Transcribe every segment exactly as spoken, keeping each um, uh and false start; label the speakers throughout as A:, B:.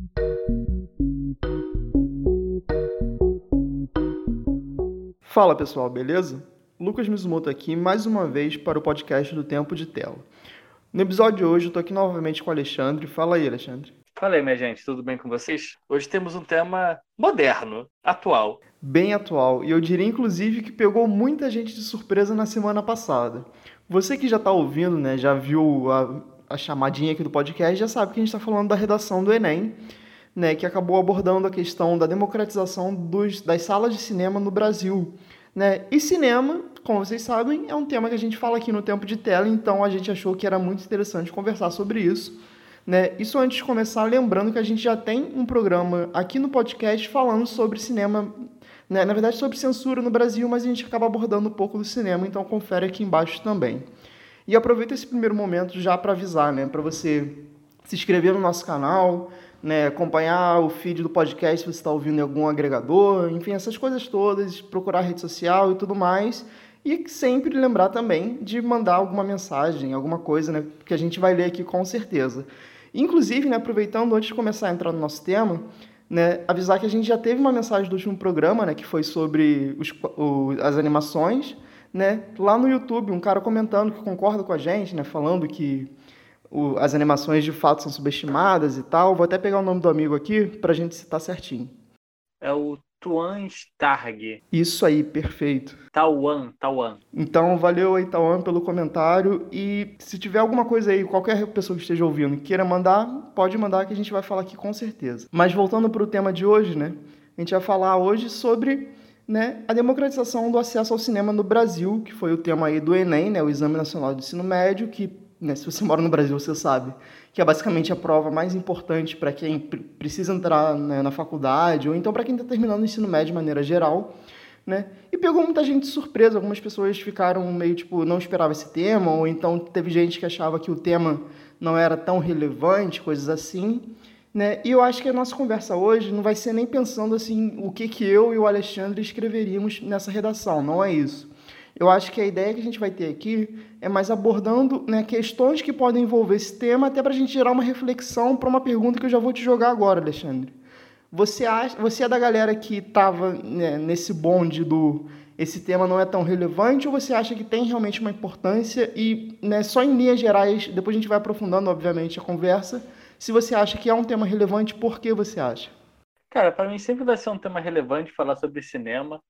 A: Fala pessoal, beleza? Lucas Mizumoto aqui mais uma vez para o podcast do Tempo de Tela. No episódio de hoje eu tô aqui novamente com o Alexandre. Fala aí, Alexandre.
B: Fala aí, minha gente, tudo bem com vocês? Hoje temos um tema moderno, atual.
A: Bem atual, e eu diria inclusive que pegou muita gente de surpresa na semana passada. Você que já está ouvindo, né, já viu a, a chamadinha aqui do podcast, já sabe que a gente está falando da redação do Enem, né, que acabou abordando a questão da democratização dos, das salas de cinema no Brasil. Né? E cinema, como vocês sabem, é um tema que a gente fala aqui no Tempo de Tela, então a gente achou que era muito interessante conversar sobre isso. Né? Isso antes de começar, lembrando que a gente já tem um programa aqui no podcast falando sobre cinema, né? Na verdade sobre censura no Brasil, mas a gente acaba abordando um pouco do cinema, então confere aqui embaixo também. E aproveita esse primeiro momento já para avisar, né? Para você se inscrever no nosso canal, né, acompanhar o feed do podcast se você está ouvindo em algum agregador, enfim, essas coisas todas, procurar rede social e tudo mais. E sempre lembrar também de mandar alguma mensagem, alguma coisa, né, que a gente vai ler aqui com certeza. Inclusive, né, aproveitando, antes de começar a entrar no nosso tema, né, avisar que a gente já teve uma mensagem do último programa, né, que foi sobre os, o, as animações, né, lá no YouTube, um cara comentando que concorda com a gente, né, falando que O, as animações de fato são subestimadas e tal. Vou até pegar o nome do amigo aqui para a gente citar certinho.
B: É o Tuan Starg.
A: Isso aí, perfeito.
B: Tauan, Tauan.
A: Então, valeu aí, Tauan, pelo comentário. E se tiver alguma coisa aí, qualquer pessoa que esteja ouvindo queira mandar, pode mandar que a gente vai falar aqui com certeza. Mas voltando para o tema de hoje, né? A gente vai falar hoje sobre, né, a democratização do acesso ao cinema no Brasil, que foi o tema aí do Enem, né, o Exame Nacional do Ensino Médio, que, né, se você mora no Brasil, você sabe que é basicamente a prova mais importante para quem precisa entrar, né, na faculdade, ou então para quem está terminando o ensino médio de maneira geral, né? E pegou muita gente de surpresa. Algumas pessoas ficaram meio tipo, não esperava esse tema, ou então teve gente que achava que o tema não era tão relevante, coisas assim, né? E eu acho que a nossa conversa hoje não vai ser nem pensando assim o que, que eu e o Alexandre escreveríamos nessa redação, não é isso. Eu acho que a ideia que a gente vai ter aqui é mais abordando, né, questões que podem envolver esse tema, até para a gente gerar uma reflexão para uma pergunta que eu já vou te jogar agora, Alexandre. Você, acha, você é da galera que estava, né, nesse bonde do esse tema não é tão relevante, ou você acha que tem realmente uma importância e, né, só em linhas gerais, depois a gente vai aprofundando, obviamente, a conversa, se você acha que é um tema relevante, por que você acha?
B: Cara, para mim sempre vai ser um tema relevante falar sobre cinema,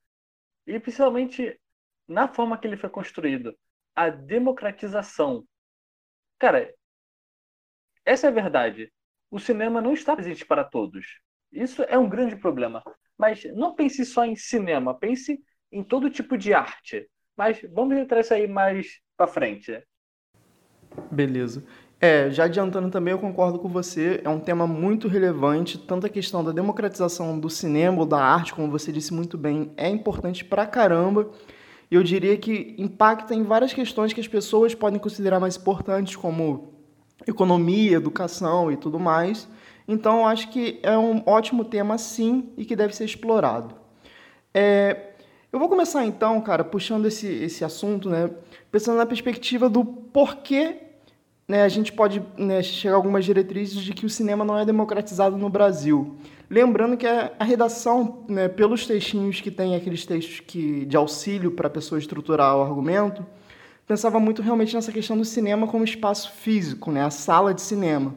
B: e principalmente na forma que ele foi construído, a democratização. Cara, essa é a verdade. O cinema não está presente para todos. Isso é um grande problema. Mas não pense só em cinema, pense em todo tipo de arte. Mas vamos entrar isso aí mais para frente.
A: Beleza. É, já adiantando também, eu concordo com você, é um tema muito relevante, tanto a questão da democratização do cinema ou da arte, como você disse muito bem, é importante pra caramba. E eu diria que impacta em várias questões que as pessoas podem considerar mais importantes, como economia, educação e tudo mais. Então, eu acho que é um ótimo tema, sim, e que deve ser explorado. É, eu vou começar, então, cara, puxando esse, esse assunto, né, pensando na perspectiva do porquê, né, a gente pode, né, chegar a algumas diretrizes de que o cinema não é democratizado no Brasil. Lembrando que a, a redação, né, pelos textinhos que tem, aqueles textos que, de auxílio para a pessoa estruturar o argumento, pensava muito realmente nessa questão do cinema como espaço físico, né, a sala de cinema.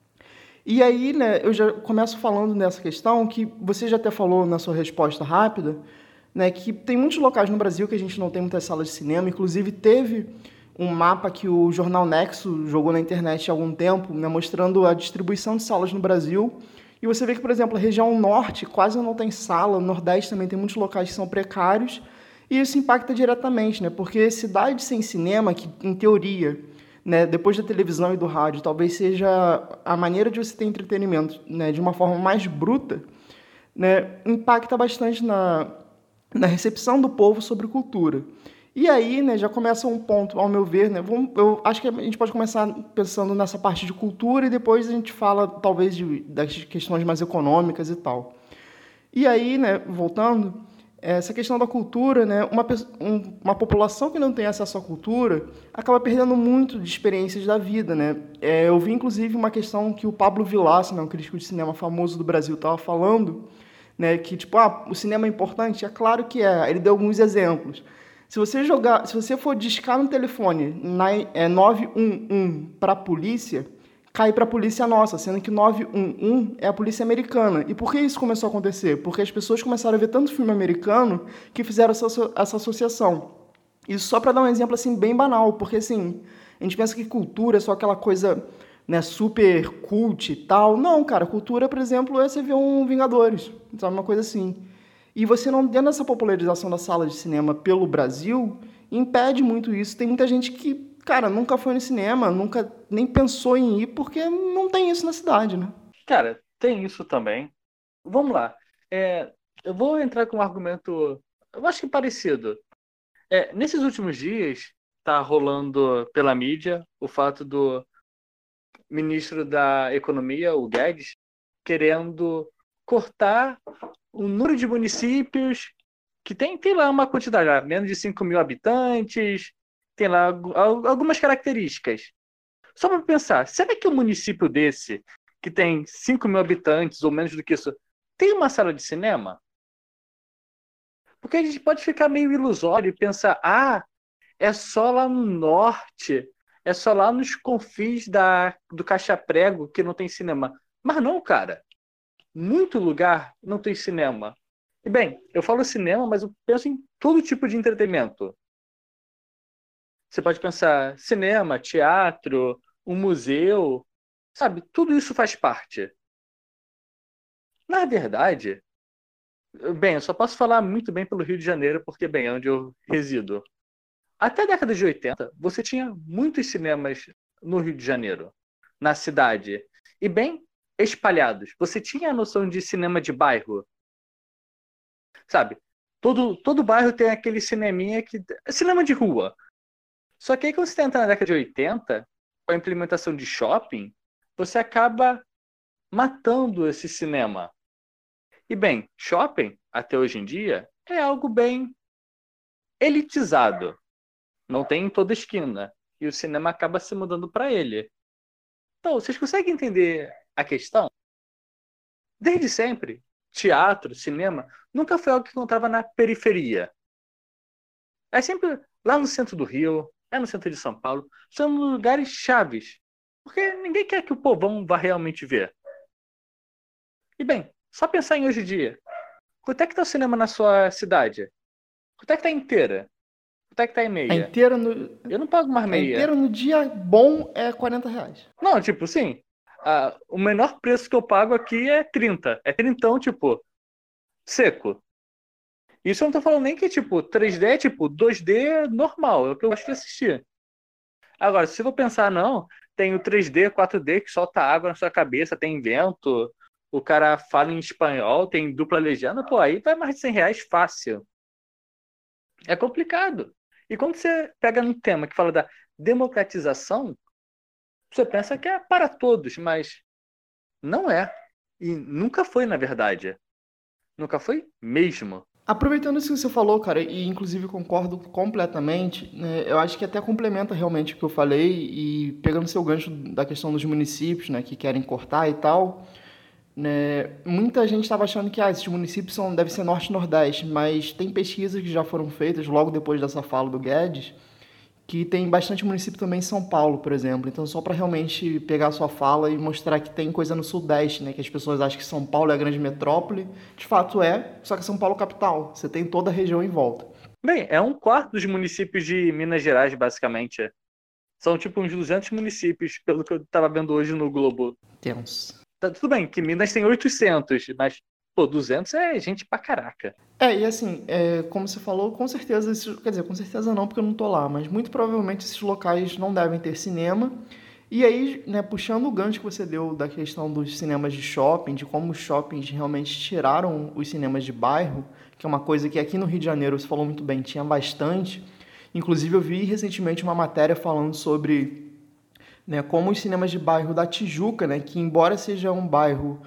A: E aí, né, eu já começo falando nessa questão que você já até falou na sua resposta rápida, né, que tem muitos locais no Brasil que a gente não tem muitas salas de cinema, inclusive teve um mapa que o jornal Nexo jogou na internet há algum tempo, né, mostrando a distribuição de salas no Brasil. E você vê que, por exemplo, a região norte quase não tem sala, o nordeste também tem muitos locais que são precários, e isso impacta diretamente, né, porque cidade sem cinema, que em teoria, né, depois da televisão e do rádio, talvez seja a maneira de você ter entretenimento, né, de uma forma mais bruta, né, impacta bastante na, na recepção do povo sobre cultura. E aí, né, já começa um ponto, ao meu ver, né, vamos, eu acho que a gente pode começar pensando nessa parte de cultura e depois a gente fala, talvez, de, das questões mais econômicas e tal. E aí, né, voltando, Essa questão da cultura, né? Uma, um, uma população que não tem acesso à cultura acaba perdendo muito de experiências da vida, né? É, eu vi, inclusive, uma questão que o Pablo Vilaça, né, um crítico de cinema famoso do Brasil, estava falando, né? Que, tipo, ah, o cinema é importante? É claro que é. Ele deu alguns exemplos. Se você jogar, se você for discar no telefone na, é, nove um um para a polícia, cai para a polícia nossa, sendo que nove um um é a polícia americana. E por que isso começou a acontecer? Porque as pessoas começaram a ver tanto filme americano que fizeram essa, essa associação. Isso só para dar um exemplo assim bem banal, porque assim, a gente pensa que cultura é só aquela coisa, né, super cult e tal. Não, cara, cultura, por exemplo, é você ver um Vingadores, sabe, uma coisa assim. E você não, dentro dessa popularização da sala de cinema pelo Brasil, impede muito isso. Tem muita gente que, cara, nunca foi no cinema, nunca nem pensou em ir, porque não tem isso na cidade, né?
B: Cara, tem isso também. Vamos lá. É, eu vou entrar com um argumento, eu acho que parecido. É, nesses últimos dias, tá rolando pela mídia o fato do ministro da Economia, o Guedes, querendo cortar o número de municípios que tem, tem lá uma quantidade, menos de cinco mil habitantes, tem lá algumas características. Só para pensar, será que um município desse, que tem cinco mil habitantes ou menos do que isso, tem uma sala de cinema? Porque a gente pode ficar meio ilusório e pensar, ah, é só lá no norte, é só lá nos confins da, do Caixa-Prego que não tem cinema. Mas não, cara. Muito lugar não tem cinema. E bem, eu falo cinema, mas eu penso em todo tipo de entretenimento. Você pode pensar cinema, teatro, um museu, sabe? Tudo isso faz parte. Na verdade, bem, eu só posso falar muito bem pelo Rio de Janeiro, porque, bem, é onde eu resido. Até a década de oitenta, você tinha muitos cinemas no Rio de Janeiro, na cidade, e bem espalhados. Você tinha a noção de cinema de bairro, sabe? Todo, todo bairro tem aquele cineminha que... cinema de rua. Só que aí quando você entra na década de oitenta, com a implementação de shopping, você acaba matando esse cinema. E bem, shopping, até hoje em dia, é algo bem elitizado. Não tem em toda esquina. E o cinema acaba se mudando para ele. Então, vocês conseguem entender a questão? Desde sempre, teatro, cinema, nunca foi algo que encontrava na periferia. É sempre lá no centro do Rio, é no centro de São Paulo, são lugares chaves. Porque ninguém quer que o povão vá realmente ver. E bem, só pensar em hoje em dia. Quanto é que tá o cinema na sua cidade? Quanto é que tá inteira? Quanto é que tá em
A: A
B: meia?
A: inteira no,
B: Eu não pago mais
A: a
B: meia.
A: inteira no dia bom é quarenta reais.
B: Não, tipo, sim. Ah, o menor preço que eu pago aqui é trinta. É trintão, tipo, seco. Isso eu não tô falando nem que, tipo, três D é, tipo, dois D normal. É o que eu gosto de assistir. Agora, se eu pensar, não, tem o três D, quatro D que solta água na sua cabeça, tem vento, o cara fala em espanhol, tem dupla legenda, pô, aí vai mais de cem reais fácil. É complicado. E quando você pega no tema que fala da democratização, você pensa que é para todos, mas não é. E nunca foi, na verdade. Nunca foi mesmo.
A: Aproveitando isso que você falou, cara, e inclusive concordo completamente, né, eu acho que até complementa realmente o que eu falei, e pegando seu gancho da questão dos municípios, né, que querem cortar e tal, né, muita gente estava achando que ah, esses municípios são, devem ser norte e nordeste, mas tem pesquisas que já foram feitas logo depois dessa fala do Guedes, que tem bastante município também em São Paulo, por exemplo. Então, só para realmente pegar a sua fala e mostrar que tem coisa no Sudeste, né? Que as pessoas acham que São Paulo é a grande metrópole. De fato é, só que São Paulo é capital. Você tem toda a região em volta.
B: Bem, é um quarto dos municípios de Minas Gerais, basicamente. São tipo uns duzentos municípios, pelo que eu estava vendo hoje no Globo.
A: Tenso.
B: Tá, tudo bem que Minas tem oitocentos, mas, pô, duzentos é gente pra caraca.
A: É, e assim, é, como você falou, com certeza, esses, quer dizer, com certeza não, porque eu não tô lá, mas muito provavelmente esses locais não devem ter cinema. E aí, né, puxando o gancho que você deu da questão dos cinemas de shopping, de como os shoppings realmente tiraram os cinemas de bairro, que é uma coisa que aqui no Rio de Janeiro, você falou muito bem, tinha bastante. Inclusive, eu vi recentemente uma matéria falando sobre, né, como os cinemas de bairro da Tijuca, né, que embora seja um bairro,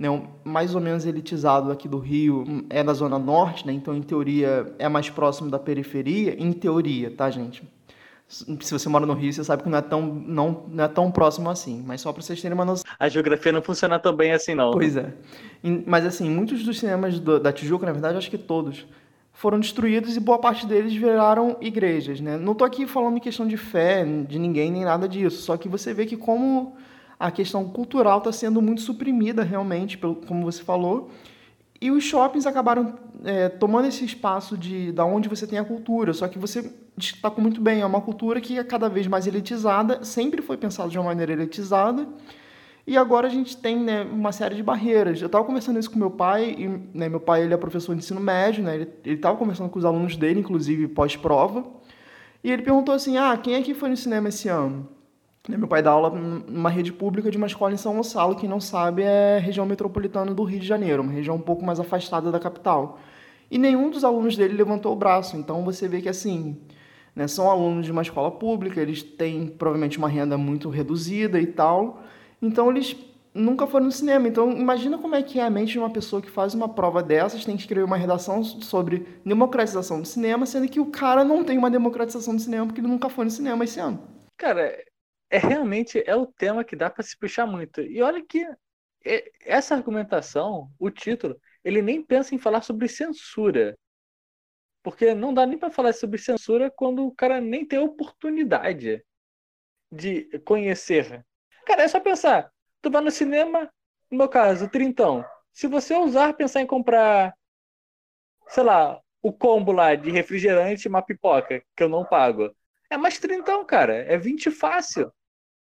A: né, um- mais ou menos elitizado aqui do Rio, hum, é da Zona Norte, né, então, em teoria, é mais próximo da periferia, em teoria, tá, gente? Se se você mora no Rio, você sabe que não é tão, não, não é tão próximo assim, mas só para vocês terem uma noção.
B: A geografia não funciona tão bem assim, não.
A: Pois é. Em- Mas, assim, muitos dos cinemas do- da Tijuca, na verdade, acho que todos, foram destruídos e boa parte deles viraram igrejas, né? Não tô aqui falando em questão de fé de ninguém, nem nada disso, só que você vê que como a questão cultural está sendo muito suprimida realmente, pelo, como você falou, e os shoppings acabaram é, tomando esse espaço de da onde você tem a cultura, só que você destacou muito bem, é uma cultura que é cada vez mais elitizada, sempre foi pensada de uma maneira elitizada, e agora a gente tem, né, uma série de barreiras. Eu estava conversando isso com meu pai, e, né, meu pai ele é professor de ensino médio, né, ele estava conversando com os alunos dele, inclusive pós-prova, e ele perguntou assim, ah, quem é que foi no cinema esse ano? Né, meu pai dá aula numa rede pública de uma escola em São Gonçalo, quem não sabe é a região metropolitana do Rio de Janeiro, uma região um pouco mais afastada da capital. E nenhum dos alunos dele levantou o braço, então você vê que assim, né, são alunos de uma escola pública, eles têm provavelmente uma renda muito reduzida e tal, então eles nunca foram no cinema. Então imagina como é que é a mente de uma pessoa que faz uma prova dessas, tem que escrever uma redação sobre democratização do cinema, sendo que o cara não tem uma democratização do cinema porque ele nunca foi no cinema esse ano.
B: Cara, é realmente é o tema que dá para se puxar muito. E olha que é- essa argumentação, o título, ele nem pensa em falar sobre censura. Porque não dá nem para falar sobre censura quando o cara nem tem oportunidade de conhecer. Cara, é só pensar. Tu vai no cinema, no meu caso, trintão. Se você ousar pensar em comprar, sei lá, o combo lá de refrigerante e uma pipoca, que eu não pago, é mais trintão, cara. É vinte fácil.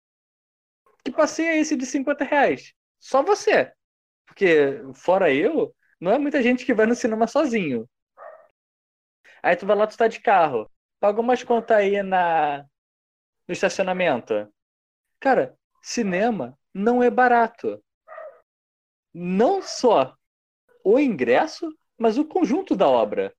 B: Que passeio é esse de cinquenta reais? Só você. Porque, fora eu, não é muita gente que vai no cinema sozinho. Aí tu vai lá, tu tá de carro. Paga umas contas aí na, no estacionamento. Cara, cinema não é barato. Não só o ingresso, mas o conjunto da obra.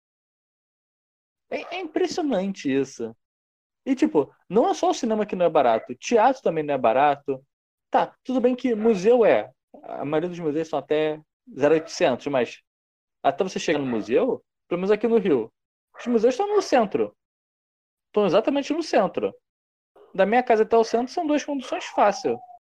B: É, é impressionante isso. E, tipo, não é só o cinema que não é barato. Teatro também não é barato. Tá, tudo bem que museu é. A maioria dos museus são até zero vírgula oitocentos, mas até você chegar no museu, pelo menos aqui no Rio, os museus estão no centro. Estão exatamente no centro. Da minha casa até o centro são duas conduções fáceis.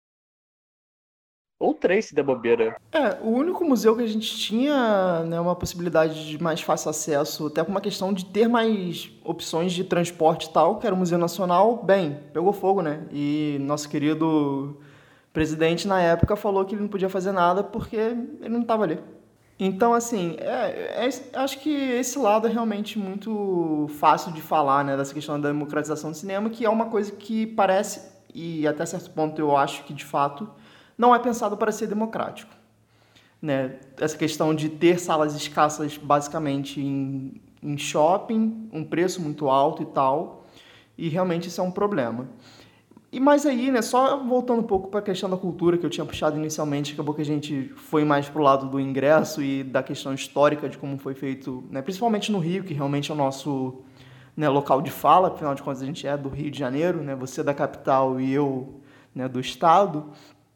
B: Ou três, se der bobeira.
A: É, o único museu que a gente tinha, né, uma possibilidade de mais fácil acesso, até por uma questão de ter mais opções de transporte e tal, que era o Museu Nacional, bem, pegou fogo, né? E nosso querido presidente na época falou que ele não podia fazer nada porque ele não estava ali. Então, assim, é, é- acho que esse lado é realmente muito fácil de falar, né, dessa questão da democratização do cinema, que é uma coisa que parece, e até certo ponto eu acho que de fato, não é pensado para ser democrático, né? Essa questão de ter salas escassas basicamente em, em shopping, um preço muito alto e tal, e realmente isso é um problema. E mais aí, né, só voltando um pouco para a questão da cultura que eu tinha puxado inicialmente, acabou que a gente foi mais pro lado do ingresso e da questão histórica de como foi feito, né, principalmente no Rio, que realmente é o nosso, né, local de fala, afinal de contas a gente é do Rio de Janeiro, né, você é da capital e eu, né, do estado,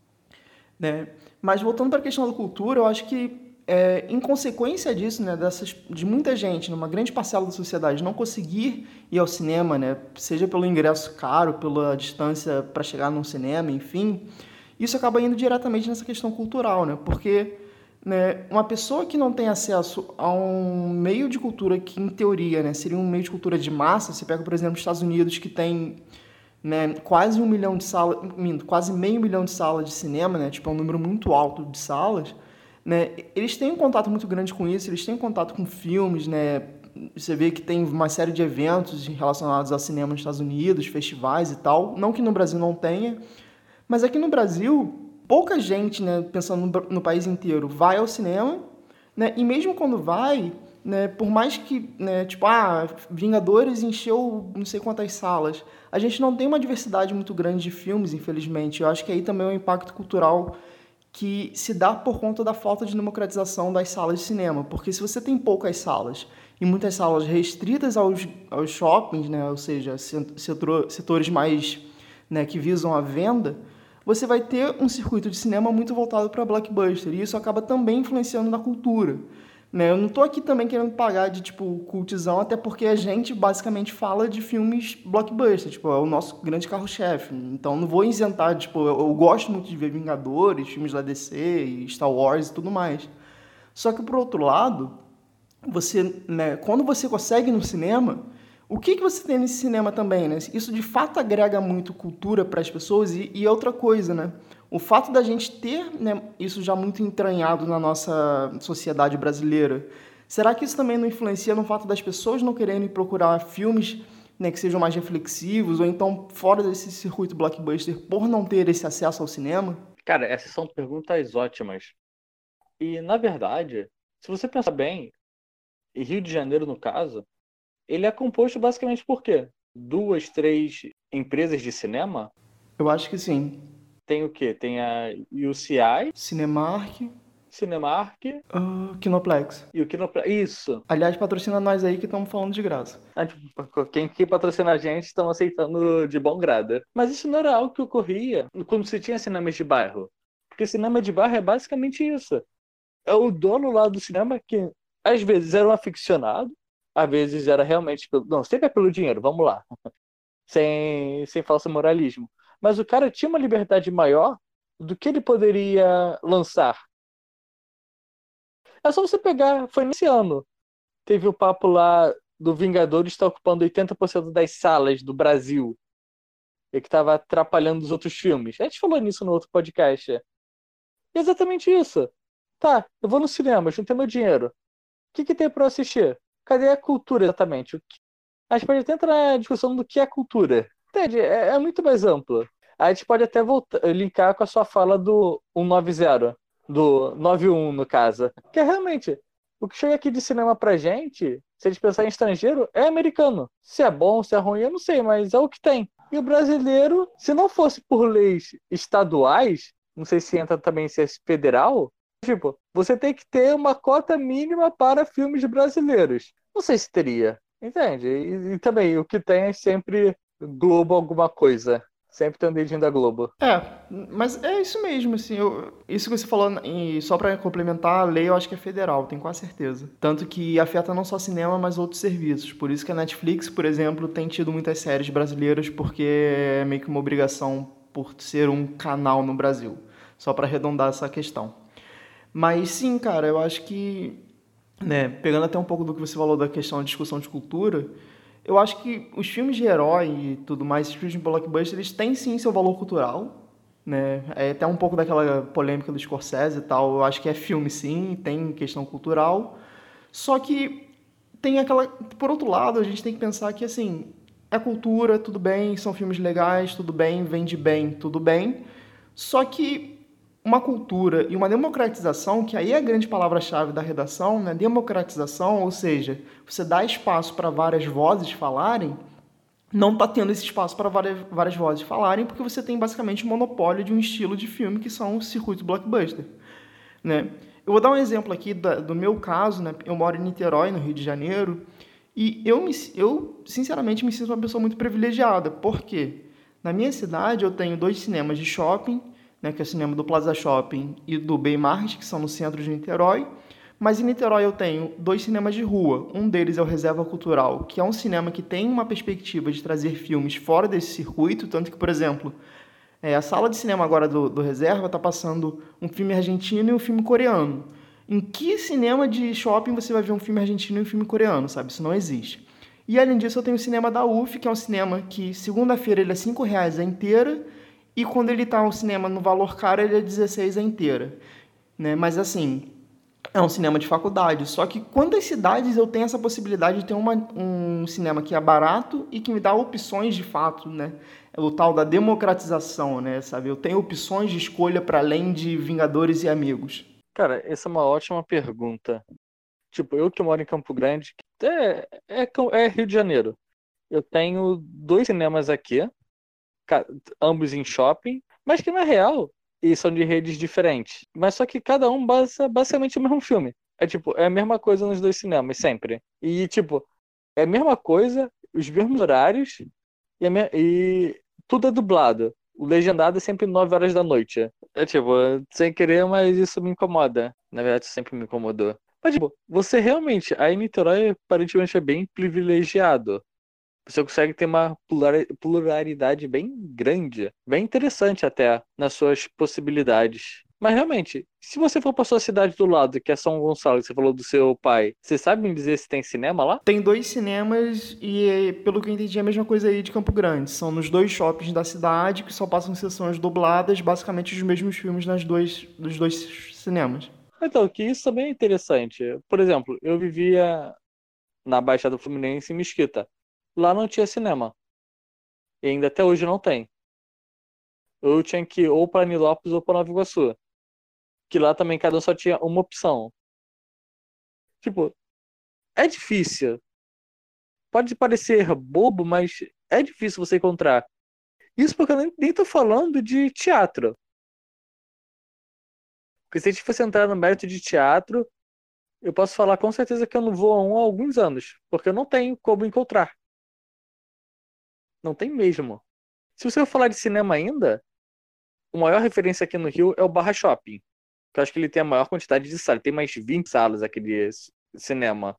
A: né? Mas voltando para a questão da cultura, eu acho que é, em consequência disso, né, dessas, de muita gente, numa grande parcela da sociedade, não conseguir ir ao cinema, né, seja pelo ingresso caro, pela distância para chegar num cinema, enfim, isso acaba indo diretamente nessa questão cultural, né, porque, né, uma pessoa que não tem acesso a um meio de cultura que, em teoria, né, seria um meio de cultura de massa, você pega, por exemplo, os Estados Unidos, que tem, né, quase um milhão de salas, quase meio milhão de salas de cinema, né, tipo, é um número muito alto de salas, né, eles têm um contato muito grande com isso, eles têm um contato com filmes, né, você vê que tem uma série de eventos relacionados ao cinema nos Estados Unidos, festivais e tal, não que no Brasil não tenha, mas aqui no Brasil, pouca gente, né, pensando no, no país inteiro, vai ao cinema, né, e mesmo quando vai, né, por mais que, né, tipo, ah, Vingadores encheu não sei quantas salas, a gente não tem uma diversidade muito grande de filmes, infelizmente. Eu acho que aí também é um impacto cultural que se dá por conta da falta de democratização das salas de cinema, porque se você tem poucas salas e muitas salas restritas aos, aos shoppings, né, ou seja, setor, setores mais, né, que visam a venda, você vai ter um circuito de cinema muito voltado para blockbuster, e isso acaba também influenciando na cultura. Né? Eu não tô aqui também querendo pagar de, tipo, cultizão, até porque a gente basicamente fala de filmes blockbuster, tipo, é o nosso grande carro-chefe. Então não vou isentar, tipo, eu, eu gosto muito de ver Vingadores, filmes da D C e Star Wars e tudo mais. Só que, por outro lado, você, né, quando você consegue ir no cinema, o que, que você tem nesse cinema também, né? Isso de fato agrega muito cultura para as pessoas e, e outra coisa, né? O fato da gente ter, né, isso já muito entranhado na nossa sociedade brasileira, será que isso também não influencia no fato das pessoas não quererem procurar filmes, né, que sejam mais reflexivos ou então fora desse circuito blockbuster por não ter esse acesso ao cinema?
B: Cara, essas são perguntas ótimas. E, na verdade, se você pensar bem, e Rio de Janeiro, no caso, ele é composto basicamente por quê? Duas, três empresas de cinema?
A: Eu acho que sim.
B: Tem o quê? Tem a U C I,
A: Cinemark,
B: Cinemark
A: uh, Kinoplex.
B: e o Kinoplex. Isso.
A: Aliás, patrocina nós aí que estamos falando de graça.
B: Ah, tipo, Quem, quem patrocina a gente estão aceitando de bom grado. Mas isso não era algo que ocorria quando se tinha cinemas de bairro. Porque cinema de bairro é basicamente isso. É o dono lá do cinema que às vezes era um aficionado, às vezes era realmente pelo... Não, sempre é pelo dinheiro, vamos lá. Sem, sem falso moralismo. Mas o cara tinha uma liberdade maior do que ele poderia lançar. É só você pegar, foi nesse ano. Teve o papo lá do Vingadores está ocupando oitenta por cento das salas do Brasil e que estava atrapalhando os outros filmes. A gente falou nisso no outro podcast. E é exatamente isso. Tá, eu vou no cinema, juntei meu dinheiro. O que, que tem para assistir? Cadê a cultura exatamente? O que... A gente pode até entrar na discussão do que é cultura. Entende? É, é muito mais amplo. A gente pode até voltar, linkar com a sua fala do cento e noventa, do noventa e um, no caso. Que é realmente, o que chega aqui de cinema pra gente, se a gente pensar em estrangeiro, é americano. Se é bom, se é ruim, eu não sei, mas é o que tem. E o brasileiro, se não fosse por leis estaduais, não sei se entra também se é federal, tipo, você tem que ter uma cota mínima para filmes brasileiros. Não sei se teria, entende? E, e também, o que tem é sempre Globo alguma coisa. Sempre tem um dedinho da Globo.
A: É, mas é isso mesmo, assim, eu- isso que você falou, e só para complementar, a lei eu acho que é federal, tenho quase certeza. Tanto que afeta não só cinema, mas outros serviços. Por isso que a Netflix, por exemplo, tem tido muitas séries brasileiras, porque é meio que uma obrigação por ser um canal no Brasil. Só para arredondar essa questão. Mas sim, cara, eu acho que, né, pegando até um pouco do que você falou da questão da discussão de cultura, eu acho que os filmes de herói e tudo mais, os filmes de blockbuster, eles têm sim seu valor cultural, né? É até um pouco daquela polêmica do Scorsese e tal. Eu acho que é filme sim, tem questão cultural. Só que tem aquela, por outro lado, a gente tem que pensar que assim, é cultura, tudo bem, são filmes legais, tudo bem, vende bem, tudo bem. Só que uma cultura e uma democratização, que aí é a grande palavra-chave da redação, né? Democratização, ou seja, você dá espaço para várias vozes falarem, não está tendo esse espaço para várias, várias vozes falarem, porque você tem basicamente o monopólio de um estilo de filme que são os circuitos blockbuster, né? Eu vou dar um exemplo aqui da, do meu caso, né? Eu moro em Niterói, no Rio de Janeiro, e eu, me, eu sinceramente me sinto uma pessoa muito privilegiada, porque na minha cidade eu tenho dois cinemas de shopping, né, que é o cinema do Plaza Shopping e do Bemart, que são no centro de Niterói. Mas em Niterói eu tenho dois cinemas de rua. Um deles é o Reserva Cultural, que é um cinema que tem uma perspectiva de trazer filmes fora desse circuito, tanto que, por exemplo, é, a sala de cinema agora do, do Reserva está passando um filme argentino e um filme coreano. Em que cinema de shopping você vai ver um filme argentino e um filme coreano, sabe? Isso não existe. E além disso eu tenho o cinema da U F, que é um cinema que segunda-feira ele é cinco reais a inteira, e quando ele está no cinema no valor caro, ele é dezesseis a inteira. Né? Mas assim, é um cinema de faculdade. Só que quantas cidades eu tenho essa possibilidade de ter uma, um cinema que é barato e que me dá opções de fato, né? É o tal da democratização, né? Sabe? Eu tenho opções de escolha para além de Vingadores e Amigos.
B: Cara, essa é uma ótima pergunta. Tipo, eu que moro em Campo Grande, é, é, é Rio de Janeiro. Eu tenho dois cinemas aqui, ambos em shopping, mas que na real e são de redes diferentes. Mas só que cada um basa basicamente o mesmo filme. É tipo, é a mesma coisa nos dois cinemas, sempre. E tipo, é a mesma coisa, os mesmos horários e, me... e tudo é dublado. o legendado é sempre nove horas da noite. É tipo, sem querer, mas isso me incomoda. Na verdade, isso sempre me incomodou. Mas, tipo, você realmente, aí em Niterói aparentemente é bem privilegiado. Você consegue ter uma plural- pluralidade bem grande, bem interessante até, nas suas possibilidades. Mas realmente, se você for para sua cidade do lado, que é São Gonçalo, que você falou do seu pai, você sabe me dizer se tem cinema lá?
A: Tem dois cinemas e, pelo que eu entendi, é a mesma coisa aí de Campo Grande. São nos dois shoppings da cidade que só passam sessões dubladas, basicamente os mesmos filmes nas dois, dos dois cinemas.
B: Então, que isso também é interessante. Por exemplo, eu vivia na Baixada Fluminense, em Mesquita. Lá não tinha cinema. E ainda até hoje não tem. Eu tinha que ir ou para Nilópolis ou para Nova Iguaçu. Que lá também cada um só tinha uma opção. Tipo, é difícil. Pode parecer bobo, mas é difícil você encontrar. Isso porque eu nem, nem tô falando de teatro. Porque se a gente fosse entrar no mérito de teatro, eu posso falar com certeza que eu não vou a um há alguns anos. Porque eu não tenho como encontrar. Não tem mesmo. Se você for falar de cinema ainda, a maior referência aqui no Rio é o Barra Shopping. Que eu acho que ele tem a maior quantidade de salas. Tem mais vinte salas aquele c- cinema.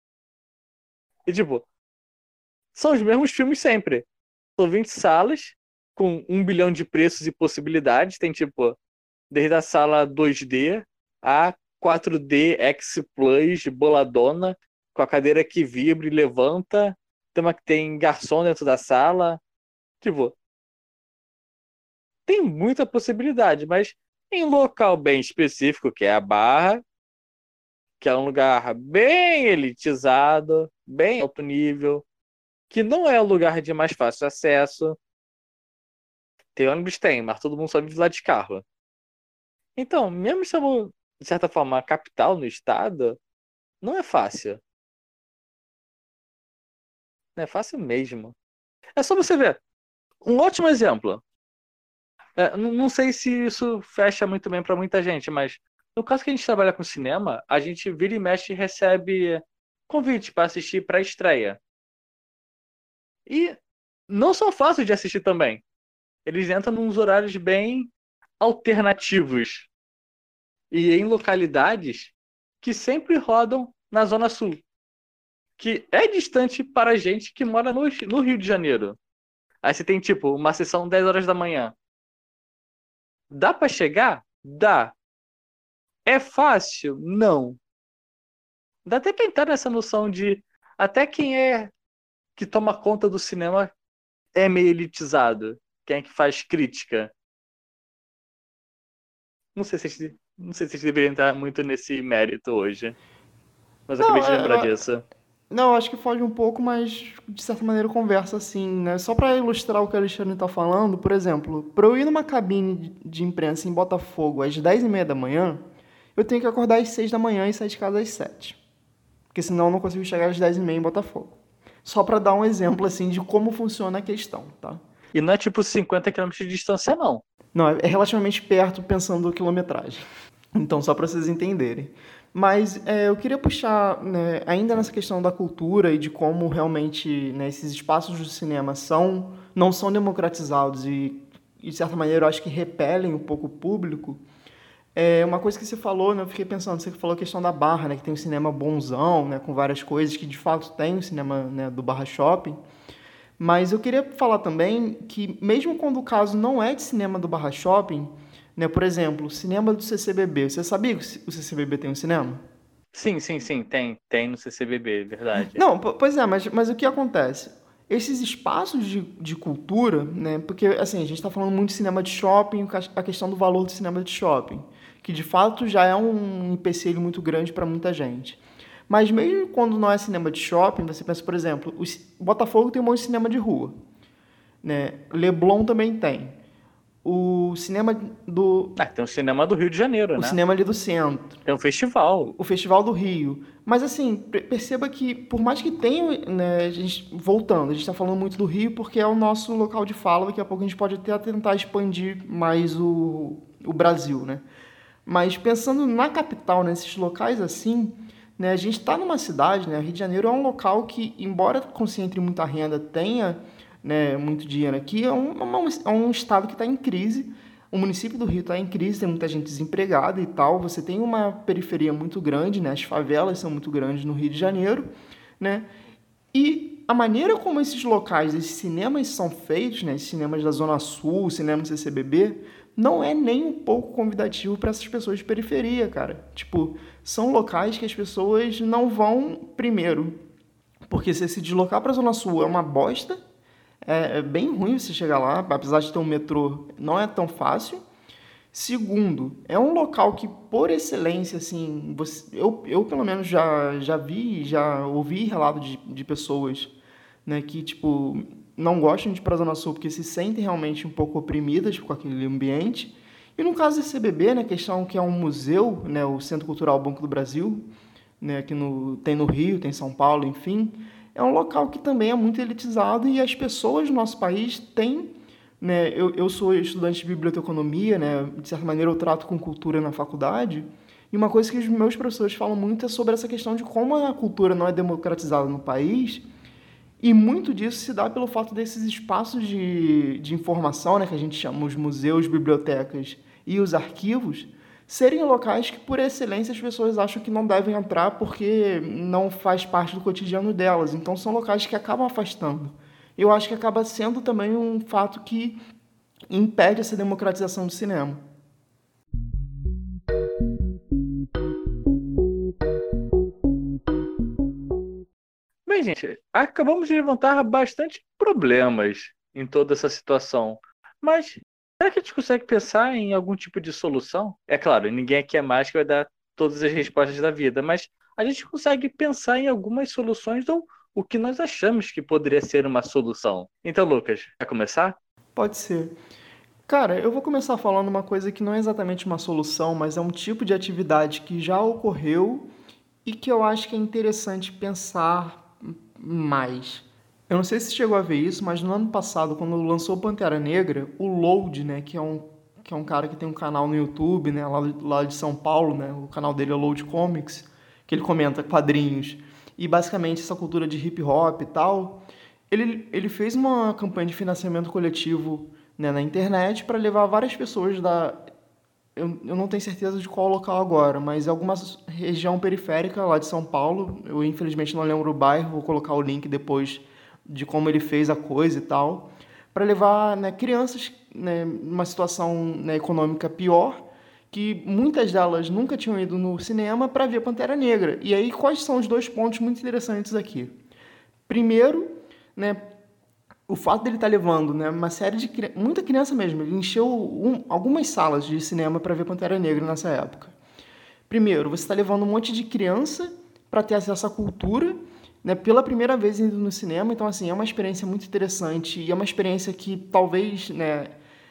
B: E tipo, são os mesmos filmes sempre. São vinte salas, com um bilhão de preços e possibilidades. Tem tipo, desde a sala dois D a quatro D X Plus, boladona, com a cadeira que vibra e levanta. Tem uma que tem garçom dentro da sala. Tipo, tem muita possibilidade, mas em um local bem específico, que é a Barra, que é um lugar bem elitizado, bem alto nível, que não é o lugar de mais fácil acesso. Tem ônibus, tem, mas todo mundo só vive lá de carro. Então, mesmo sendo, de certa forma, a capital no estado, não é fácil. Não é fácil mesmo. É só você ver. Um ótimo exemplo. É, não não sei se isso fecha muito bem para muita gente, mas no caso que a gente trabalha com cinema, a gente vira e mexe e recebe convite para assistir para estreia. E não são fáceis de assistir também. Eles entram nos horários bem alternativos e em localidades que sempre rodam na Zona Sul, que é distante para a gente que mora no, no Rio de Janeiro. Aí você tem tipo uma sessão dez horas da manhã. Dá para chegar? Dá. É fácil? Não. Dá até pra entrar nessa noção de até quem é que toma conta do cinema é meio elitizado. Quem é que faz crítica. Não sei se a gente, não sei se a gente deveria entrar muito nesse mérito hoje. Mas eu acabei
A: Não,
B: de
A: é,
B: lembrar
A: eu-
B: disso.
A: não, acho que foge um pouco, mas de certa maneira conversa assim, né? Só para ilustrar o que o Alexandre está falando, por exemplo, para eu ir numa cabine de de imprensa em Botafogo às dez e meia da manhã, eu tenho que acordar às seis da manhã e sair de casa às sete. Porque senão eu não consigo chegar às dez e meia em Botafogo. Só para dar um exemplo assim de como funciona a questão, tá?
B: E não é tipo cinquenta quilômetros de distância, não.
A: Não, é relativamente perto pensando quilometragem. Então, só para vocês entenderem. Mas é, eu queria puxar, né, ainda nessa questão da cultura e de como realmente, né, esses espaços do cinema são, não são democratizados e, de certa maneira, eu acho que repelem um pouco o público. É uma coisa que você falou, né, eu fiquei pensando, você falou a questão da Barra, né, que tem um cinema bonzão, né, com várias coisas, que de fato tem o cinema, né, do Barra Shopping. Mas eu queria falar também que, mesmo quando o caso não é de cinema do Barra Shopping, né, por exemplo, o cinema do C C B B. Você sabia que o C C B B tem um cinema?
B: Sim, sim, sim, tem. Tem no C C B B, verdade.
A: Não, po- pois é, mas, mas o que acontece? Esses espaços de, de cultura, né, porque assim, a gente está falando muito de cinema de shopping, a questão do valor do cinema de shopping, que de fato já é um empecilho muito grande para muita gente. Mas mesmo quando não é cinema de shopping, você pensa, por exemplo, o ci- Botafogo tem um monte de cinema de rua, né? Leblon também tem. O cinema do
B: Ah, tem o cinema do Rio de Janeiro,
A: o
B: né?
A: cinema ali do centro,
B: Tem um festival.
A: o Festival do Rio. Mas assim, perceba que por mais que tenha, né, a gente, voltando, a gente está falando muito do Rio porque é o nosso local de fala, daqui a pouco a gente pode até tentar expandir mais o, o Brasil, né? Mas pensando na capital, nesses locais assim, né, a gente está numa cidade, né, Rio de Janeiro é um local que, embora concentre muita renda, tenha né, muito dinheiro aqui, é um, uma- é um estado que está em crise. O município do Rio está em crise, tem muita gente desempregada e tal. Você tem uma periferia muito grande, né? As favelas são muito grandes no Rio de Janeiro, né? E a maneira como esses locais, esses cinemas são feitos, né? Esses cinemas da Zona Sul, cinema C C B B, não é nem um pouco convidativo para essas pessoas de periferia, cara. Tipo, são locais que as pessoas não vão primeiro, porque se se deslocar para a Zona Sul é uma bosta, é, é bem ruim você chegar lá, apesar de ter um metrô, não é tão fácil. Segundo, é um local que, por excelência, assim, você, eu, eu pelo menos já, já vi, já ouvi relato de, de pessoas, né, que, tipo, não gostam de ir pra Zona Sul porque se sentem realmente um pouco oprimidas com aquele ambiente. E no caso do C B B, né, questão que é um museu, né, o Centro Cultural Banco do Brasil, né, aqui no, tem no Rio, tem em São Paulo, enfim, é um local que também é muito elitizado e as pessoas do nosso país têm, né, eu, eu sou estudante de biblioteconomia, né, de certa maneira eu trato com cultura na faculdade, e uma coisa que os meus professores falam muito é sobre essa questão de como a cultura não é democratizada no país, e muito disso se dá pelo fato desses espaços de, de informação, né, que a gente chama os museus, bibliotecas e os arquivos, serem locais que, por excelência, as pessoas acham que não devem entrar porque não faz parte do cotidiano delas. Então, são locais que acabam afastando. Eu acho que acaba sendo também um fato que impede essa democratização do cinema.
B: Bem, gente, acabamos de levantar bastante problemas em toda essa situação. Mas será que a gente consegue pensar em algum tipo de solução? É claro, ninguém aqui é mágico que vai dar todas as respostas da vida, mas a gente consegue pensar em algumas soluções ou o que nós achamos que poderia ser uma solução. Então, Lucas, quer começar?
A: Pode ser. Cara, eu vou começar falando uma coisa que não é exatamente uma solução, mas é um tipo de atividade que já ocorreu e que eu acho que é interessante pensar mais. Eu não sei se você chegou a ver isso, mas no ano passado, quando lançou Pantera Negra, o Load, né, que é um, que é um cara que tem um canal no YouTube, né, lá, lá de São Paulo, né, o canal dele é o Load Comics, que ele comenta quadrinhos e basicamente essa cultura de hip hop e tal, ele, ele fez uma campanha de financiamento coletivo, né, na internet para levar várias pessoas da... Eu, eu não tenho certeza de qual local agora, mas é alguma região periférica lá de São Paulo. Eu infelizmente não lembro o bairro, vou colocar o link depois de como ele fez a coisa e tal, para levar, né, crianças, né, numa situação, né, econômica pior, que muitas delas nunca tinham ido no cinema para ver Pantera Negra. E aí, quais são os dois pontos muito interessantes aqui? Primeiro, né, o fato dele estar levando, né, uma série de cri- muita criança mesmo, ele encheu um- algumas salas de cinema para ver Pantera Negra nessa época. Primeiro, você está levando um monte de criança para ter acesso à cultura, né, pela primeira vez indo no cinema, então assim, é uma experiência muito interessante e é uma experiência que talvez, né,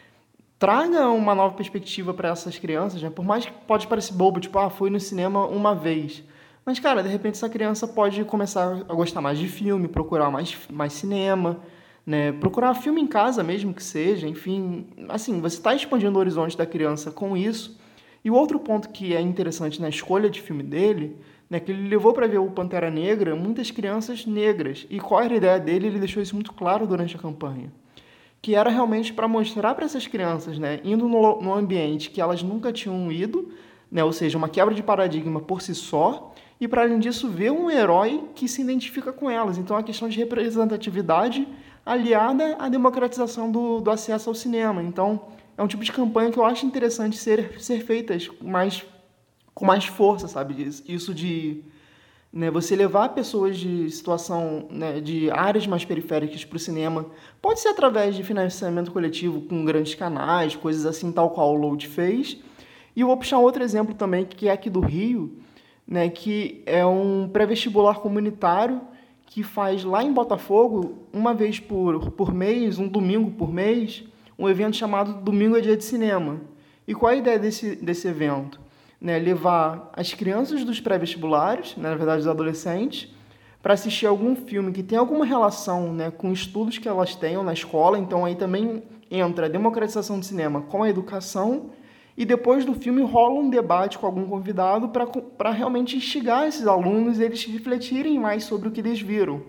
A: traga uma nova perspectiva para essas crianças, né? Por mais que pode parecer bobo, tipo, ah, fui no cinema uma vez. Mas, cara, de repente essa criança pode começar a gostar mais de filme, procurar mais, mais cinema, né? Procurar filme em casa mesmo que seja, enfim. Assim, você está expandindo o horizonte da criança com isso. E o outro ponto que é interessante na escolha de filme dele, né, que ele levou para ver o Pantera Negra muitas crianças negras. E qual era a ideia dele? Ele deixou isso muito claro durante a campanha, que era realmente para mostrar para essas crianças, né, indo no, no ambiente que elas nunca tinham ido, né, ou seja, uma quebra de paradigma por si só, e para além disso ver um herói que se identifica com elas. Então, a questão de representatividade aliada à democratização do, do acesso ao cinema. Então, é um tipo de campanha que eu acho interessante ser, ser feitas mais, com mais força, sabe? Isso de, né, você levar pessoas de situação, né, de áreas mais periféricas para o cinema, pode ser através de financiamento coletivo com grandes canais, coisas assim, tal qual o Load fez. E eu vou puxar outro exemplo também, que é aqui do Rio, né, que é um pré-vestibular comunitário que faz lá em Botafogo, uma vez por, por mês, um domingo por mês, um evento chamado Domingo é Dia de Cinema. E qual é a ideia desse, desse evento? Né, levar as crianças dos pré-vestibulares, né, na verdade os adolescentes, para assistir algum filme que tem alguma relação, né, com estudos que elas tenham na escola. Então aí também entra a democratização do cinema com a educação, e depois do filme rola um debate com algum convidado para realmente instigar esses alunos e eles refletirem mais sobre o que eles viram.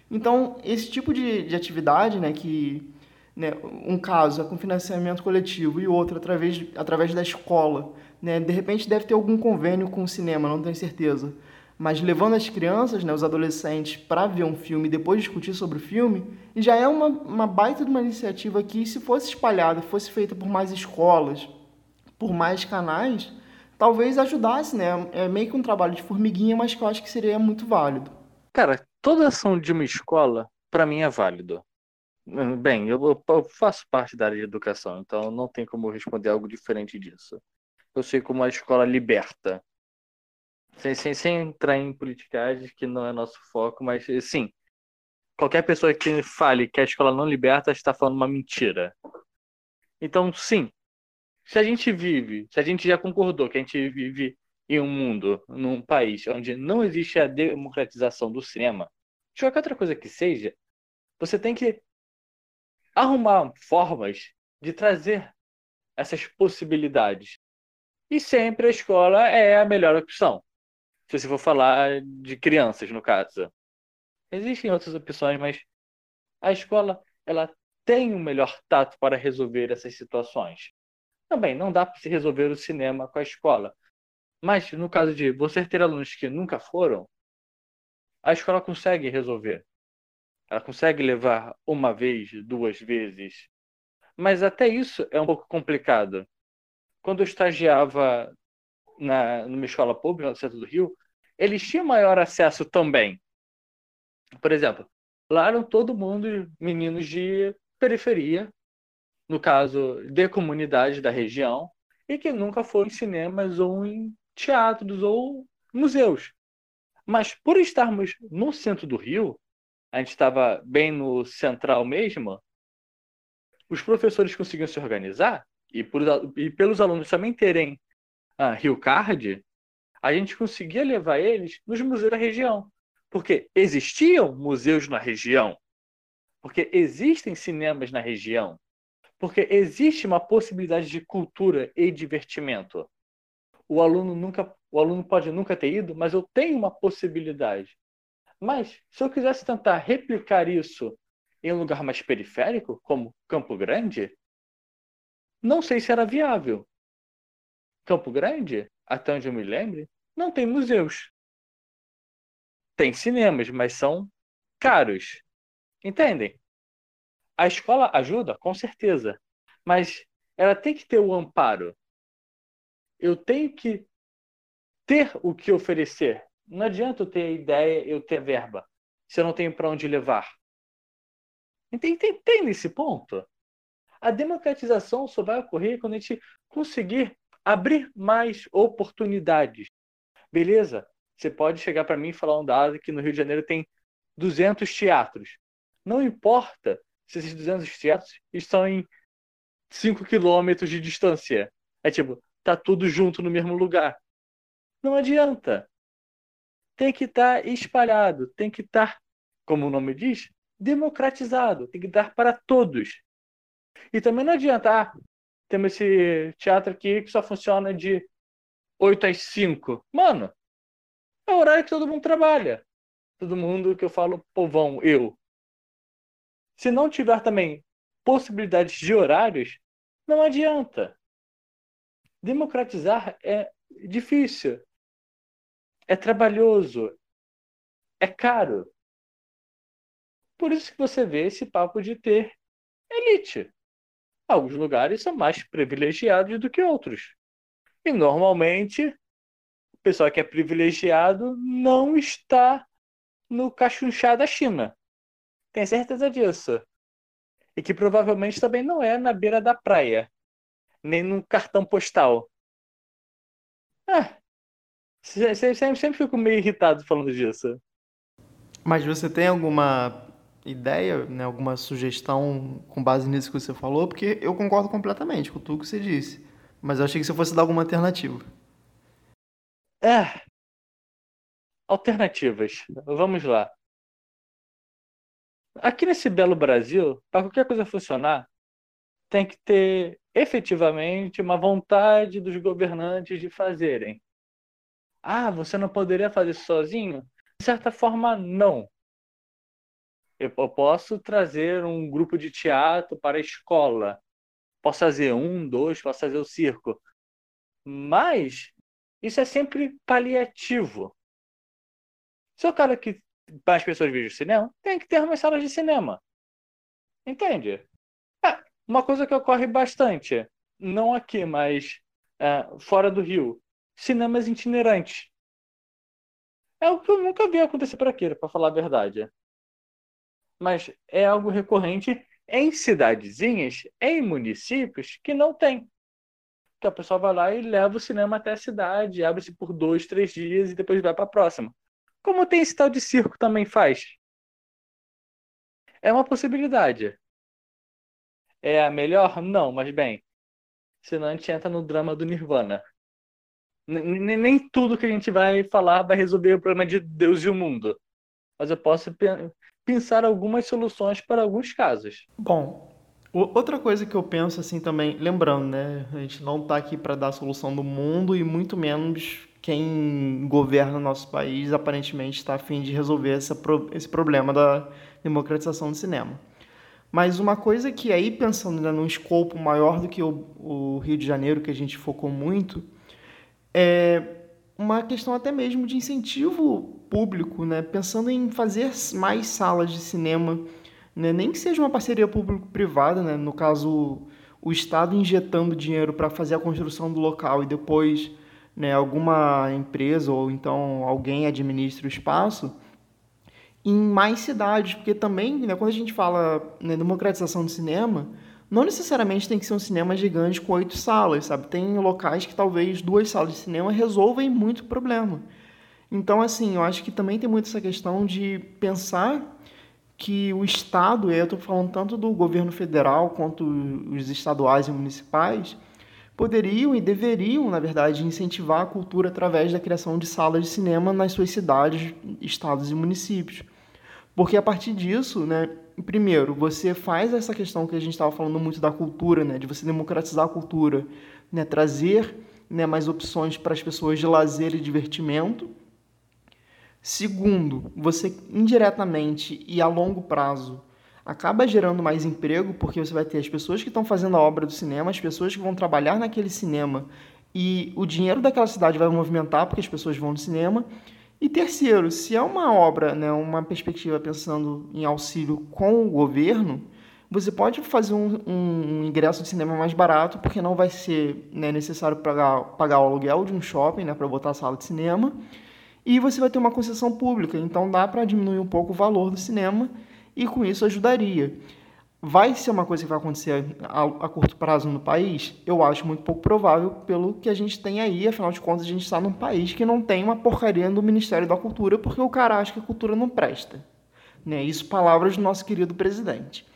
A: Então, esse tipo de, de atividade, né, que né, um caso é com financiamento coletivo e outro através, de- através da escola, né, de repente deve ter algum convênio com o cinema, não tenho certeza. Mas levando as crianças, né, os adolescentes, para ver um filme e depois discutir sobre o filme, já é uma, uma baita de uma iniciativa que, se fosse espalhada, fosse feita por mais escolas, por mais canais, talvez ajudasse, né? É meio que um trabalho de formiguinha, mas que eu acho que seria muito válido.
B: Cara, toda ação de uma escola, para mim, é válido. Hum, Bem, eu, eu- eu faço parte da área de educação, então não tem como eu responder algo diferente disso. Eu sei como a escola liberta. Sem, sem, sem entrar em politicagem, que não é nosso foco, mas sim, qualquer pessoa que fale que a escola não liberta está falando uma mentira. Então, sim, se a gente vive, se a gente já concordou que a gente vive em um mundo, num país onde não existe a democratização do cinema, de qualquer outra coisa que seja, você tem que arrumar formas de trazer essas possibilidades. E sempre a escola é a melhor opção. Se você for falar de crianças, no caso. Existem outras opções, mas a escola ela tem o melhor tato para resolver essas situações. Também não dá para se resolver o cinema com a escola. Mas no caso de você ter alunos que nunca foram, a escola consegue resolver. Ela consegue levar uma vez, duas vezes. Mas até isso é um pouco complicado. Quando eu estagiava na, numa escola pública no centro do Rio, eles tinham maior acesso também. Por exemplo, lá eram todo mundo meninos de periferia, no caso, de comunidade da região, e que nunca foram em cinemas ou em teatros ou museus. Mas por estarmos no centro do Rio, a gente estava bem no central mesmo, os professores conseguiam se organizar e, por, e pelos alunos também terem a Rio Card, a gente conseguia levar eles nos museus da região. Porque existiam museus na região, porque existem cinemas na região, porque existe uma possibilidade de cultura e divertimento. O aluno nunca, o aluno pode nunca ter ido, mas eu tenho uma possibilidade. Mas se eu quisesse tentar replicar isso em um lugar mais periférico, como Campo Grande, não sei se era viável. Campo Grande, até onde eu me lembre, não tem museus. Tem cinemas, mas são caros. Entendem? A escola ajuda, com certeza, mas ela tem que ter o amparo. Eu tenho que ter o que oferecer. Não adianta eu ter a ideia, eu ter verba, se eu não tenho para onde levar. Entende, entende esse ponto? A democratização só vai ocorrer quando a gente conseguir abrir mais oportunidades. Beleza? Você pode chegar para mim e falar um dado que no Rio de Janeiro tem duzentos teatros. Não importa se esses duzentos teatros estão em cinco quilômetros de distância. É tipo, tá tudo junto no mesmo lugar. Não adianta. Tem que estar espalhado, tem que estar, como o nome diz, democratizado, tem que dar para todos. E também não adianta, ah, temos esse teatro aqui que só funciona de oito às cinco. Mano, é o horário que todo mundo trabalha. Todo mundo que eu falo, povão, eu. Se não tiver também possibilidades de horários, não adianta. Democratizar é difícil, é trabalhoso, é caro. Por isso que você vê esse papo de ter elite. Alguns lugares são mais privilegiados do que outros. E normalmente, o pessoal que é privilegiado não está no cachunchá da China. Tem certeza disso. E que provavelmente também não é na beira da praia, nem num cartão postal. Ah, se- se- sempre, sempre fico meio irritado falando disso.
A: Mas você tem alguma ideia, né, alguma sugestão com base nisso que você falou? Porque eu concordo completamente com tudo que você disse. Mas eu achei que você fosse dar alguma alternativa.
B: É, alternativas. Vamos lá. Aqui nesse belo Brasil, para qualquer coisa funcionar, tem que ter efetivamente uma vontade dos governantes de fazerem. Ah, você não poderia fazer isso sozinho? De certa forma, não. Eu eu posso trazer um grupo de teatro para a escola. Posso fazer um, dois, posso fazer o circo. Mas isso é sempre paliativo. Se eu quero que as pessoas vejam cinema, tem que ter mais salas de cinema. Entende? É, uma coisa que ocorre bastante, não aqui, mas é, fora do Rio, cinemas itinerantes. É o que eu nunca vi acontecer por aqui, para falar a verdade. Mas é algo recorrente em cidadezinhas, em municípios que não tem. Que a pessoa vai lá e leva o cinema até a cidade, abre-se por dois, três dias e depois vai para a próxima. Como tem esse tal de circo também faz. É uma possibilidade. É a melhor? Não, mas bem, senão a gente entra no drama do Nirvana. N- n- Nem tudo que a gente vai falar vai resolver o problema de Deus e o mundo. Mas eu posso pe- pensar algumas soluções para alguns casos.
A: Bom, o- outra coisa que eu penso assim também, lembrando, né, a gente não está aqui para dar a solução do mundo e muito menos quem governa o nosso país aparentemente está a fim de resolver essa, pro- esse problema da democratização do cinema. Mas uma coisa que aí, pensando ainda num escopo maior do que o, o Rio de Janeiro, que a gente focou muito, é uma questão até mesmo de incentivo público, né? Pensando em fazer mais salas de cinema, né? Nem que seja uma parceria público-privada, né? No caso, o Estado injetando dinheiro para fazer a construção do local e depois, né, alguma empresa ou então alguém administre o espaço em mais cidades, porque também, né, quando a gente fala, né, democratização do cinema, não necessariamente tem que ser um cinema gigante com oito salas, sabe? Tem locais que talvez duas salas de cinema resolvem muito problema. Então, assim, eu acho que também tem muito essa questão de pensar que o Estado, e eu estou falando tanto do governo federal quanto os estaduais e municipais, poderiam e deveriam, na verdade, incentivar a cultura através da criação de salas de cinema nas suas cidades, estados e municípios. Porque a partir disso, né, primeiro, você faz essa questão que a gente estava falando muito da cultura, né, de você democratizar a cultura, né, trazer, né, mais opções para as pessoas de lazer e divertimento. Segundo, você indiretamente e a longo prazo acaba gerando mais emprego, porque você vai ter as pessoas que estão fazendo a obra do cinema, as pessoas que vão trabalhar naquele cinema e o dinheiro daquela cidade vai movimentar porque as pessoas vão no cinema. E terceiro, se é uma obra, né, uma perspectiva pensando em auxílio com o governo, você pode fazer um, um ingresso de cinema mais barato, porque não vai ser, né, necessário pagar, pagar o aluguel de um shopping, né, para botar a sala de cinema, e você vai ter uma concessão pública, então dá para diminuir um pouco o valor do cinema e com isso ajudaria. Vai ser uma coisa que vai acontecer a, a curto prazo no país? Eu acho muito pouco provável pelo que a gente tem aí. Afinal de contas, a gente está num país que não tem uma porcaria do Ministério da Cultura porque o cara acha que a cultura não presta. Né? Isso palavras do nosso querido presidente.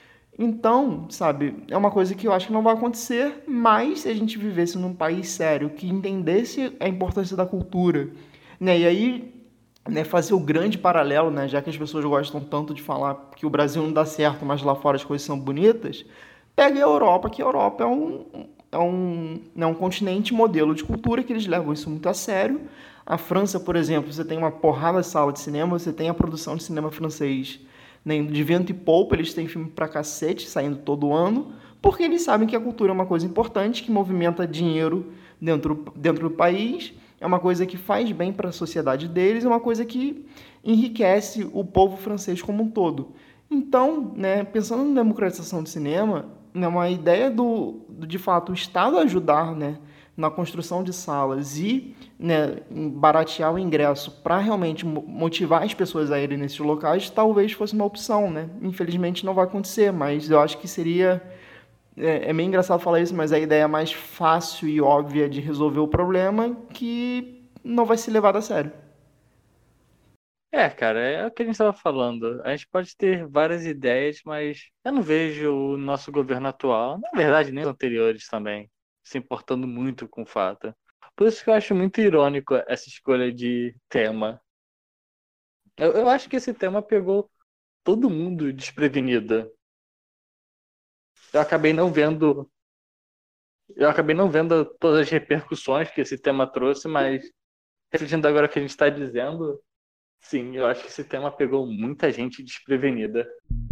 A: Então, sabe, é uma coisa que eu acho que não vai acontecer, mas se a gente vivesse num país sério, que entendesse a importância da cultura, né, e aí, né, fazer o grande paralelo, né, já que as pessoas gostam tanto de falar que o Brasil não dá certo, mas lá fora as coisas são bonitas, pega a Europa, que a Europa é um, é um, é um continente modelo de cultura que eles levam isso muito a sério. A França, por exemplo, você tem uma porrada de sala de cinema, você tem a produção de cinema francês, né, de vento e poupa, eles têm filme pra cacete saindo todo ano, porque eles sabem que a cultura é uma coisa importante, que movimenta dinheiro dentro, dentro do país, é uma coisa que faz bem para a sociedade deles, é uma coisa que enriquece o povo francês como um todo. Então, né, pensando na democratização do cinema, né, uma ideia do, do, de fato, o Estado ajudar, né, na construção de salas e, né, baratear o ingresso para realmente motivar as pessoas a irem nesses locais, talvez fosse uma opção, né? Infelizmente não vai acontecer, mas eu acho que seria é, é meio engraçado falar isso, mas a ideia mais fácil e óbvia de resolver o problema que não vai ser levada a sério.
B: É, cara, é o que a gente estava falando. A gente pode ter várias ideias, mas eu não vejo o nosso governo atual, na verdade, nem os anteriores também, se importando muito com o fato. Por isso que eu acho muito irônico essa escolha de tema. Eu, eu acho que esse tema pegou todo mundo desprevenido. Eu acabei não vendo, eu acabei não vendo todas as repercussões que esse tema trouxe, mas refletindo agora o que a gente está dizendo, Sim, eu acho que esse tema pegou muita gente desprevenida.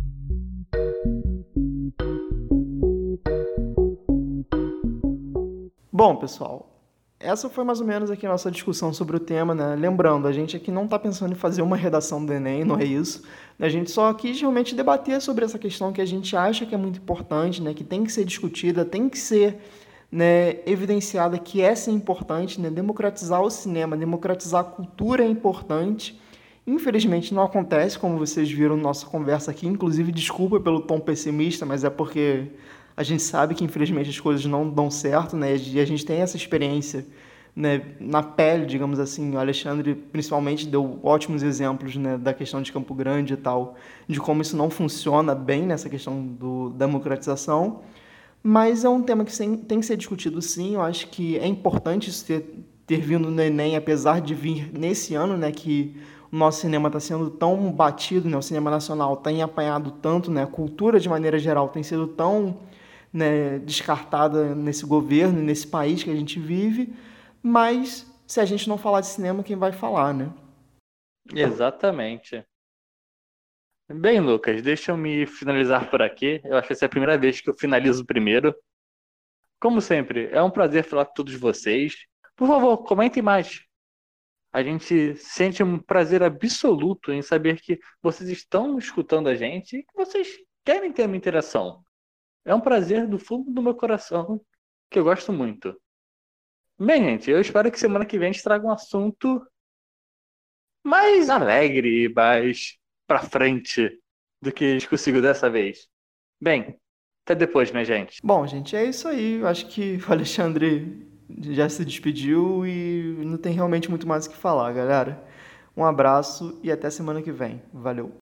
A: Bom, pessoal, essa foi mais ou menos aqui a nossa discussão sobre o tema, né? Lembrando, a gente aqui não está pensando em fazer uma redação do Enem, não é isso. A gente só quis realmente debater sobre essa questão que a gente acha que é muito importante, né? Que tem que ser discutida, tem que ser, né, evidenciada, que é sim importante, né? Democratizar o cinema, democratizar a cultura é importante. Infelizmente não acontece, como vocês viram na nossa conversa aqui. Inclusive, desculpa pelo tom pessimista, mas é porque a gente sabe que infelizmente as coisas não dão certo, né? E a gente tem essa experiência, né, na pele, digamos assim. O Alexandre principalmente deu ótimos exemplos, né, da questão de Campo Grande e tal, de como isso não funciona bem nessa questão do, da democratização. Mas é um tema que tem que ser discutido sim. Eu acho que é importante isso ter, ter vindo no Enem, apesar de vir nesse ano, né, que o nosso cinema está sendo tão batido, né, o cinema nacional tem apanhado tanto, né, a cultura de maneira geral tem sido tão, né, descartada nesse governo, nesse país que a gente vive. Mas se a gente não falar de cinema, quem vai falar, né?
B: Exatamente. Bem, Lucas, deixa eu me finalizar por aqui. Eu acho que essa é a primeira vez que eu finalizo primeiro. Como sempre, é um prazer falar com todos vocês. Por favor, comentem mais. A gente sente um prazer absoluto em saber que vocês estão escutando a gente e que vocês querem ter uma interação. É um prazer do fundo do meu coração que eu gosto muito. Bem, gente, eu espero que semana que vem a gente traga um assunto mais alegre, mais pra frente do que a gente conseguiu dessa vez. Bem, até depois, minha gente.
A: Bom, gente, é isso aí. Eu acho que o Alexandre já se despediu e não tem realmente muito mais o que falar, galera. Um abraço e até semana que vem. Valeu.